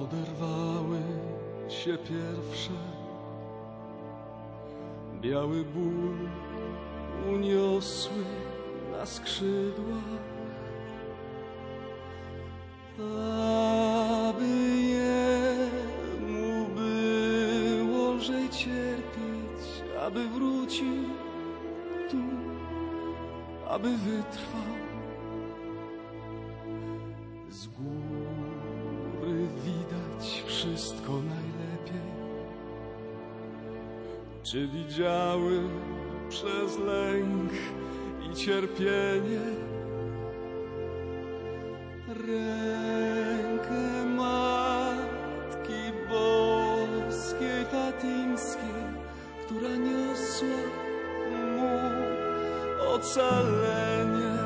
Oderwały się pierwsze, biały ból uniosły na skrzydłach, aby jemu było lżej cierpieć, aby wrócił tu, aby wytrwał. Z góry widać wszystko najlepiej. Czy widziały przez lęk i cierpienie rękę Matki Boskiej Fatimskiej, która niosła mu ocalenie?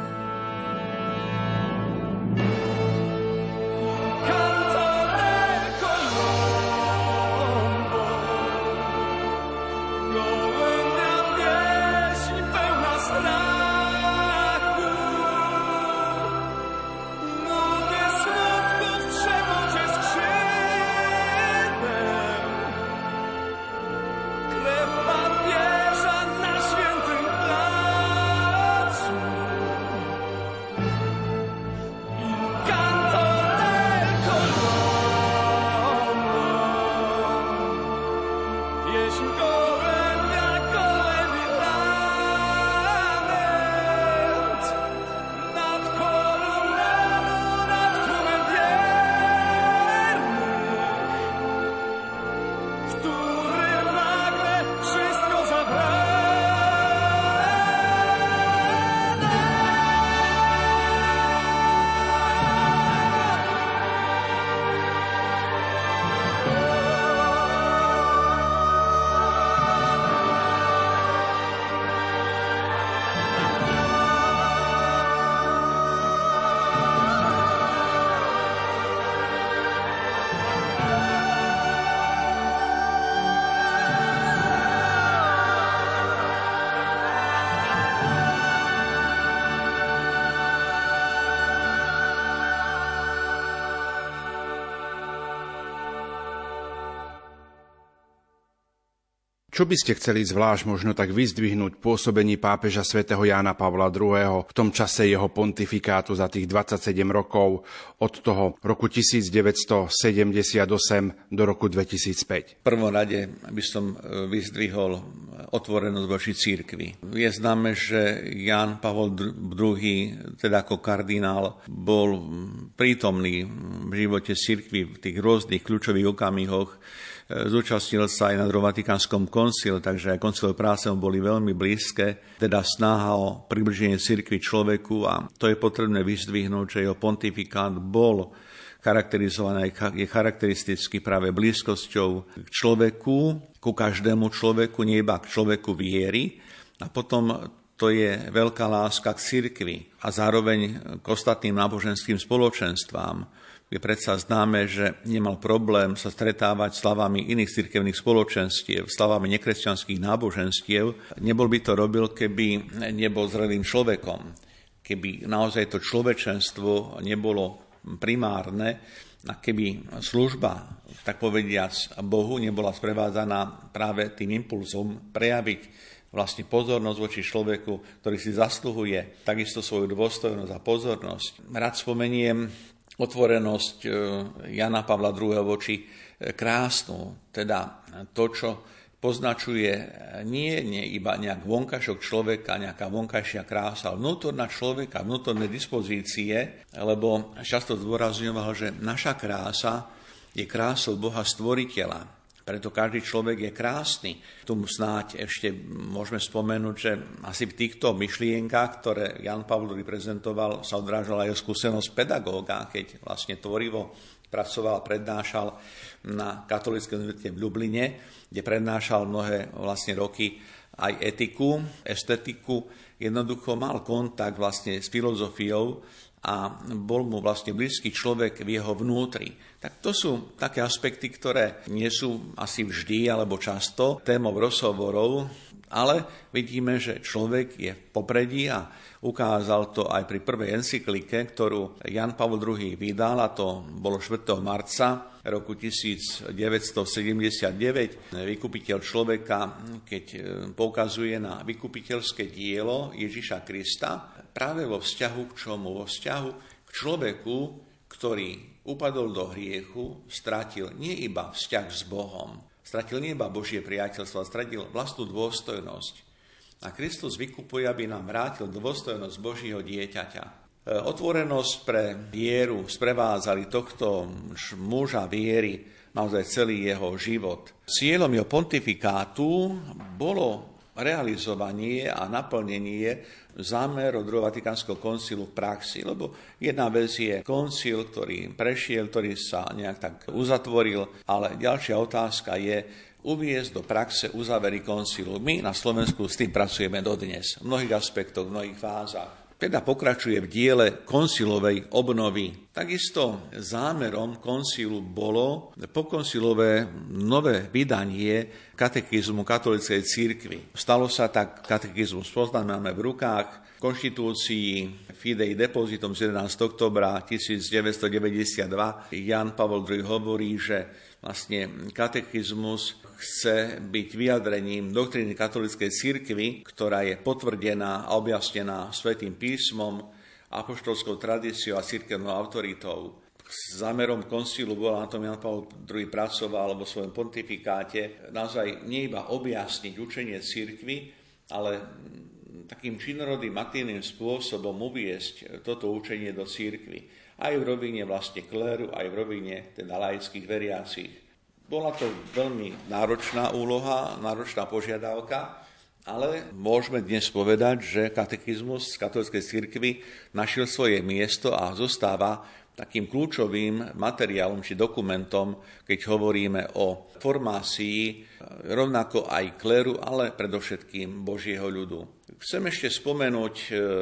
Čo by ste chceli zvlášť možno tak vyzdvihnúť pôsobení pápeža svätého Jána Pavla druhého. v tom čase jeho pontifikátu za tých dvadsaťsedem rokov od toho roku tisícdeväťstosedemdesiatosem do roku dvetisícpäť? V prvom rade by som vyzdvihol otvorenosť voči cirkvi. Je známe, že Ján Pavol druhý, teda ako kardinál, bol prítomný v živote cirkvi v tých rôznych kľúčových okamihoch. Zúčastnil sa aj na druhom Vatikánskom koncile, takže aj koncilové práce mu boli veľmi blízke, teda snaha o približenie cirkvi človeku, a to je potrebné vyzdvihnúť, že jeho pontifikát bol charakterizovaný, je charakteristický práve blízkosťou k človeku, ku každému človeku, nie iba k človeku viery, a potom to je veľká láska k cirkvi a zároveň k ostatným náboženským spoločenstvám. Je predsa známe, že nemal problém sa stretávať s slavami iných cirkevných spoločenstiev, slavami nekresťanských náboženstiev. Nebol by to robil, keby nebol zrelým človekom. Keby naozaj to človečenstvo nebolo primárne a keby služba, tak povediac, Bohu nebola sprevádzaná práve tým impulzom prejaviť vlastne pozornosť voči človeku, ktorý si zasluhuje takisto svoju dôstojnosť a pozornosť. Rád spomeniem otvorenosť Jana Pavla druhého voči krásnu, teda to, čo poznačuje nie, nie iba nejak vonkajšok človeka, nejaká vonkajšia krása, ale vnútorná človeka, vnútorné dispozície, lebo často zdôrazňoval, že naša krása je krásou Boha Stvoriteľa. Preto každý človek je krásny. Tu snáď ešte môžeme spomenúť, že asi v týchto myšlienkach, ktoré Ján Pavol reprezentoval, sa odrážala aj skúsenosť pedagóga, keď vlastne tvorivo pracoval, prednášal na Katolíckej univerzite v Ljubline, kde prednášal mnohé vlastne roky aj etiku, estetiku. jednoducho mal kontakt vlastne s filozofiou a bol mu vlastne blízky človek v jeho vnútri. Tak to sú také aspekty, ktoré nie sú asi vždy alebo často témou rozhovorov, ale vidíme, že človek je v popredí a ukázal to aj pri prvej encyklike, ktorú Ján Pavol druhý vydal, a to bolo štvrtého marca roku devätnásťsedemdesiatdeväť. Vykupiteľ človeka, keď poukazuje na vykupiteľské dielo Ježiša Krista, práve vo vzťahu k čomu? Vo vzťahu k človeku, ktorý upadol do hriechu, stratil nie iba vzťah s Bohom, stratil nie iba Božie priateľstvo, ale stratil vlastnú dôstojnosť. A Kristus vykupuje, aby nám vrátil dôstojnosť Božieho dieťaťa. Otvorenosť pre vieru sprevádzali tohto muža viery naozaj celý jeho život. Cieľom jeho pontifikátu bolo realizovanie a naplnenie zámerov druhého Vatikánskeho koncilu v praxi, lebo jedna vec je koncil, ktorý prešiel, ktorý sa nejak tak uzatvoril, ale ďalšia otázka je uviesť do praxe uzávery koncilu. My na Slovensku s tým pracujeme dodnes, v mnohých aspektoch, v mnohých fázach. Teda pokračuje v diele koncilovej obnovy. Takisto zámerom koncilu bolo pokoncilové nové vydanie katechizmu katolíckej cirkvi. Stalo sa tak, katechizmus poznáme v rukách, v konštitúcii Fidei Depositum z jedenásteho októbra tisícdeväťstodeväťdesiatdva Ján Pavol druhý hovorí, že vlastne katechizmus chce byť vyjadrením doktríny katolíckej cirkvi, ktorá je potvrdená a objasnená Svätým písmom, apoštolskou tradíciou a cirkevnou autoritou. Zámerom koncilu bol, na tom Ján Pavol druhý pracoval vo svojom pontifikáte, naozaj nie iba objasniť učenie cirkvi, ale takým činorodým aktívnym spôsobom uviesť toto učenie do cirkvi. Aj v rovine vlastne kléru, aj v rovine teda laických veriacich. Bola to veľmi náročná úloha, náročná požiadavka, ale môžeme dnes povedať, že katechizmus z katolíckej cirkvi našiel svoje miesto a zostáva takým kľúčovým materiálom či dokumentom, keď hovoríme o formácii rovnako aj kléru, ale predovšetkým Božieho ľudu. Chcem ešte spomenúť,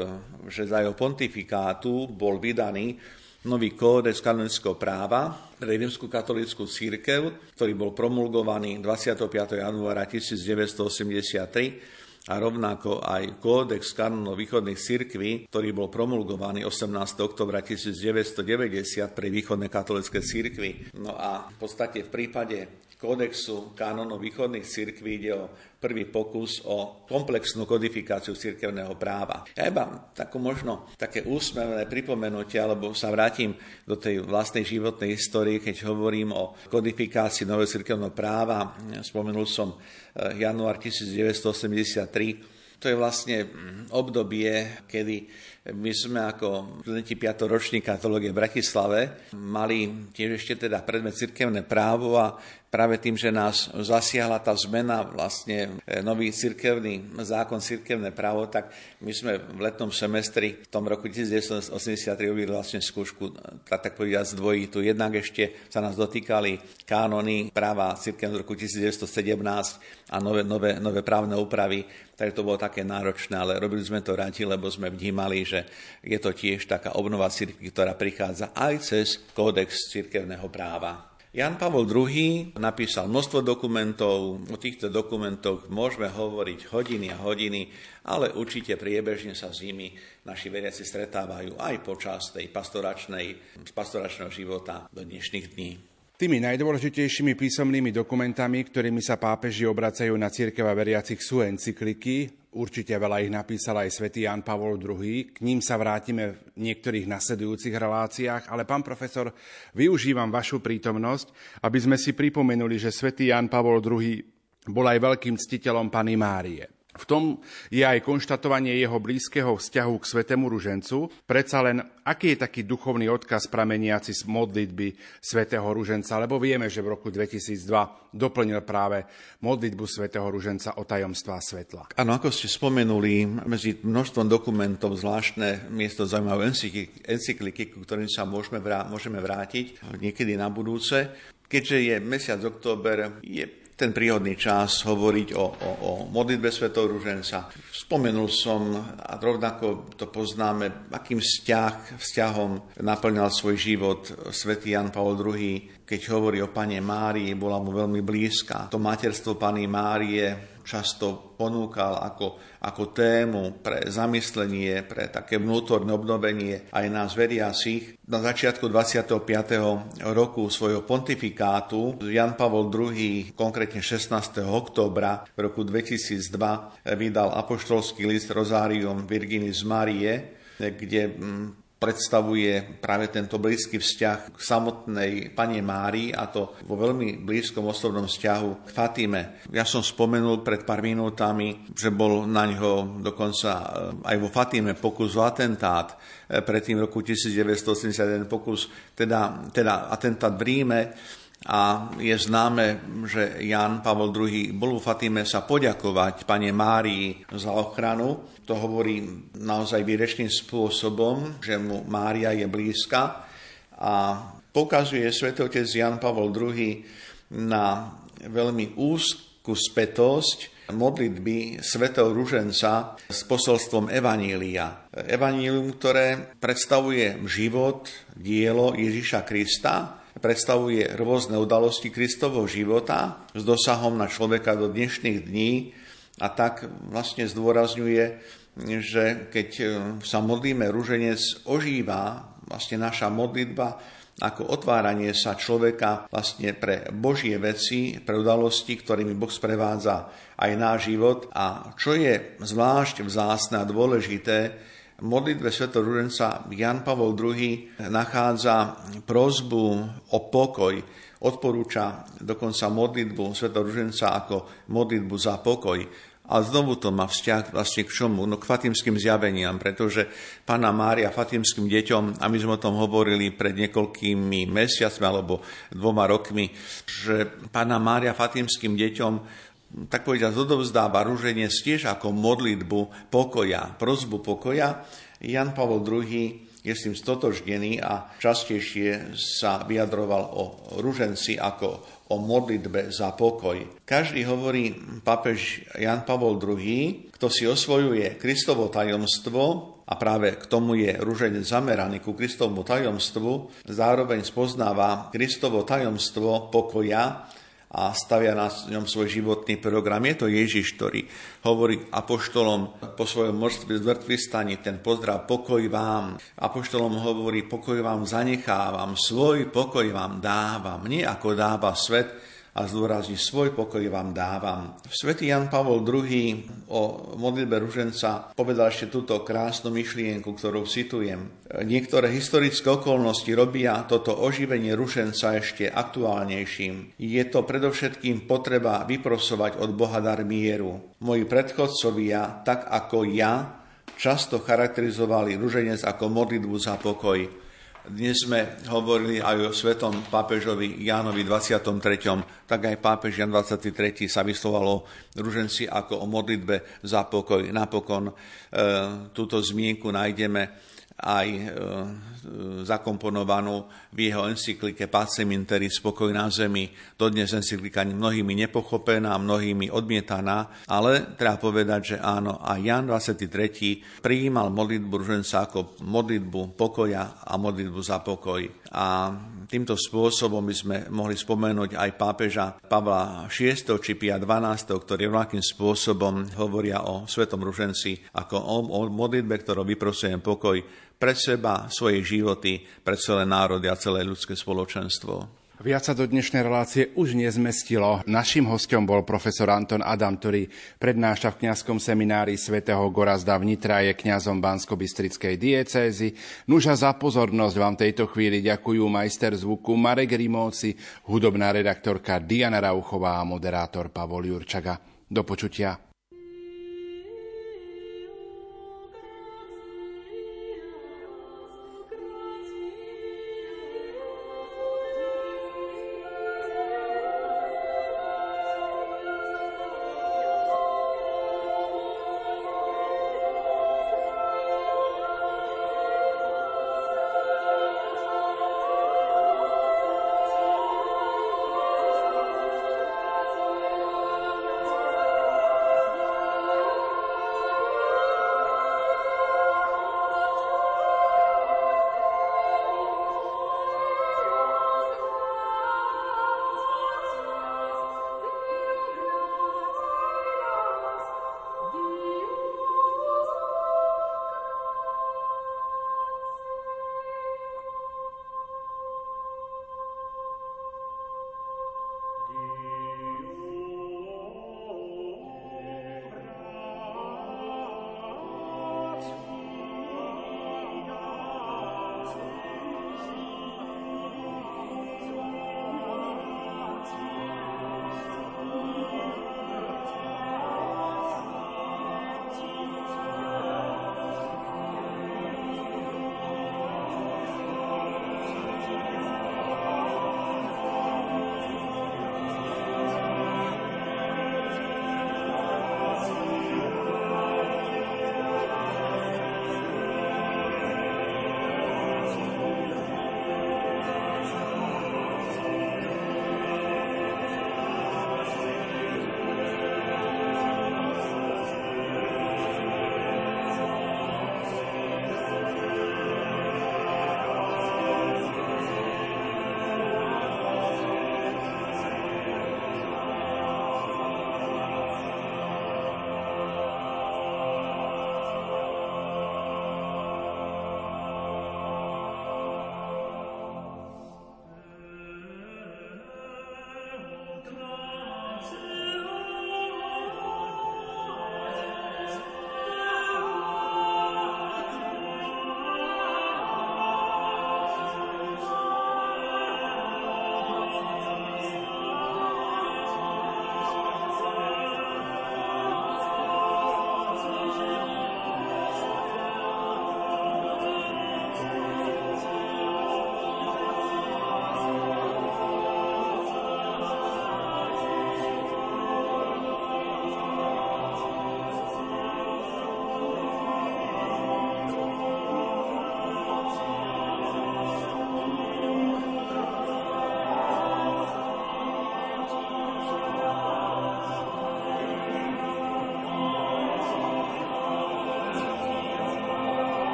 že za jeho pontifikátu bol vydaný nový kódex kanonického práva pre rímsku katolícku cirkev, ktorý bol promulgovaný dvadsiateho piateho januára tisícdeväťstoosemdesiattri a rovnako aj kódex kanonov východných cirkví, ktorý bol promulgovaný osemnásteho októbra tisícdeväťstodeväťdesiat pre východné katolícke cirkvi. No a v podstate v prípade kódexu kanonov východných cirkví ide o prvý pokus o komplexnú kodifikáciu cirkevného práva. Ja iba takú možno také úsmevné pripomenutie, alebo sa vrátim do tej vlastnej životnej histórie, keď hovorím o kodifikácii nového cirkevného práva. Spomenul som január tisícdeväťstoosemdesiattri. To je vlastne obdobie, kedy my sme ako študenti piateho ročníka teológie v Bratislave mali tiež ešte teda predmet cirkevné právo a práve tým, že nás zasiahla tá zmena, vlastne nový cirkevný zákon, cirkevné právo, tak my sme v letnom semestri v tom roku devätnásťstoosemdesiattri robili vlastne skúšku, tak, tak povedať, dvojitú. Jednak ešte sa nás dotýkali kánony práva cirkevného roku devätnásťstosedemnásť a nové, nové, nové právne úpravy, takže to bolo také náročné, ale robili sme to radi, lebo sme vnímali, že je to tiež taká obnova cirkvi, ktorá prichádza aj cez kódex cirkevného práva. Ján Pavol druhý napísal množstvo dokumentov, o týchto dokumentoch môžeme hovoriť hodiny a hodiny, ale určite priebežne sa s nimi naši veriaci stretávajú aj počas tej pastoračnej, pastoračného života do dnešných dní. Tými najdôležitejšími písomnými dokumentami, ktorými sa pápeži obracajú na cirkev a veriacich, sú encykliky. Určite veľa ich napísal aj svätý Ján Pavol druhý. K ním sa vrátime v niektorých nasledujúcich reláciách, ale pán profesor, využívam vašu prítomnosť, aby sme si pripomenuli, že svätý Ján Pavol druhý bol aj veľkým ctiteľom Panny Márie. V tom je aj konštatovanie jeho blízkeho vzťahu k svätému ružencu. Predsa len, aký je taký duchovný odkaz prameniaci z modlitby svätého ruženca, lebo vieme, že v roku dvetisícdva doplnil práve modlitbu svätého ruženca o tajomstvá svetla. Áno, ako ste spomenuli, medzi množstvom dokumentov zvláštne miesto zaujímavé encykliky, ku ktorým sa môžeme, vrá- môžeme vrátiť niekedy na budúce. Keďže je mesiac október, je ten príhodný čas hovoriť o, o, o modlitbe svätého ruženca. Spomenul som, a rovnako to poznáme, akým vzťah, vzťahom naplňal svoj život svätý Ján Pavol druhý, keď hovorí o Panne Márii, bola mu veľmi blízka. To materstvo Panny Márie často ponúkal ako, ako tému pre zamyslenie, pre také vnútorné obnovenie aj nás veriacich. Na začiatku dvadsiateho piateho roku svojho pontifikátu Ján Pavol druhý, konkrétne šestnásteho októbra v roku dvetisícdva, vydal apoštolský list Rosárium Virginis Mariae, kde predstavuje práve tento blízky vzťah k samotnej Panne Márii, a to vo veľmi blízkom osobnom vzťahu k Fatime. Ja som spomenul pred pár minútami, že bol na ňo dokonca aj vo Fatime pokus o atentát, predtým v roku devätnásťstoosemdesiatjeden pokus, teda, teda atentát v Ríme. A je známe, že Ján Pavol druhý bol v Fatime sa poďakovať Panne Márii za ochranu. To hovorí naozaj výrečným spôsobom, že mu Mária je blízka, a pokazuje svätý otec Ján Pavol druhý na veľmi úzku spätosť modlitby svätého ruženca s posolstvom Evanília. Evanílium, ktoré predstavuje život, dielo Ježiša Krista, predstavuje rôzne udalosti Kristovho života s dosahom na človeka do dnešných dní, a tak vlastne zdôrazňuje, že keď sa modlíme ruženec, ožíva vlastne naša modlitba ako otváranie sa človeka vlastne pre Božie veci, pre udalosti, ktorými Boh sprevádza aj náš život. A čo je zvlášť vzácne a dôležité, v modlitbe svätého ruženca Ján Pavol druhý nachádza prosbu o pokoj. Odporúča dokonca modlitbu svätého ruženca ako modlitbu za pokoj. A znovu to má vzťah vlastne k čomu? No k fatimským zjaveniam, pretože Panna Mária fatimským deťom, a my sme o tom hovorili pred niekoľkými mesiacmi alebo dvoma rokmi, že Panna Mária fatimským deťom, tak povedať, odovzdáva ruženec tiež ako modlitbu pokoja, prosbu pokoja. Ján Pavol druhý je s tým stotožnený a častejšie sa vyjadroval o ruženci ako o modlitbe za pokoj. Každý, hovorí pápež Ján Pavol druhý, kto si osvojuje Kristovo tajomstvo, a práve k tomu je ruženec zameraný ku Kristovmu tajomstvu, zároveň spoznáva Kristovo tajomstvo pokoja a stavia na ňom svoj životný program. Je to Ježiš, ktorý hovorí apoštolom po svojom mŕtvychvstaní ten pozdrav pokoj vám. Apoštolom hovorí pokoj vám zanechávam, svoj pokoj vám dávam, nie ako dáva svet, a zdôrazní svoj pokoj vám dávam. Svätý Ján Pavol druhý o modlitbe ruženca povedal ešte túto krásnu myšlienku, ktorú citujem. Niektoré historické okolnosti robia toto oživenie ruženca ešte aktuálnejším. Je to predovšetkým potreba vyprosovať od Boha dar mieru. Moji predchodcovia, tak ako ja, často charakterizovali ruženec ako modlitbu za pokoj. Dnes sme hovorili aj o svetom pápežovi Jánovi dvadsiatom treťom Tak aj pápež Ján dvadsiaty tretí sa vysloval o ruženci ako o modlitbe za pokoj. Napokon e, túto zmienku nájdeme aj e, zakomponovanú v jeho encyklike Pacem in Terris, spokoj na zemi. Dodnes encyklika mnohými nepochopená, mnohými odmietaná, ale treba povedať, že áno, a Ján dvadsiaty tretí prijímal modlitbu ruženca ako modlitbu pokoja a modlitbu za pokoj. A týmto spôsobom by sme mohli spomenúť aj pápeža Pavla šiesteho či Pia dvanásteho, ktorí rovnakým spôsobom hovoria o svetom ruženci ako o, o modlitbe, ktorou vyprosujem pokoj pre seba, svoje životy, pre celé národy a celé ľudské spoločenstvo. Viac sa do dnešnej relácie už nezmestilo. Naším hosťom bol profesor Anton Adam, ktorý prednáša v kňazskom seminári svätého Gorazda v Nitre, je kňazom Banskobystrickej diecézy. Nuža za pozornosť vám tejto chvíli ďakujú majster zvuku Marek Rimóci, hudobná redaktorka Diana Rauchová a moderátor Pavol Jurčaga. Do počutia.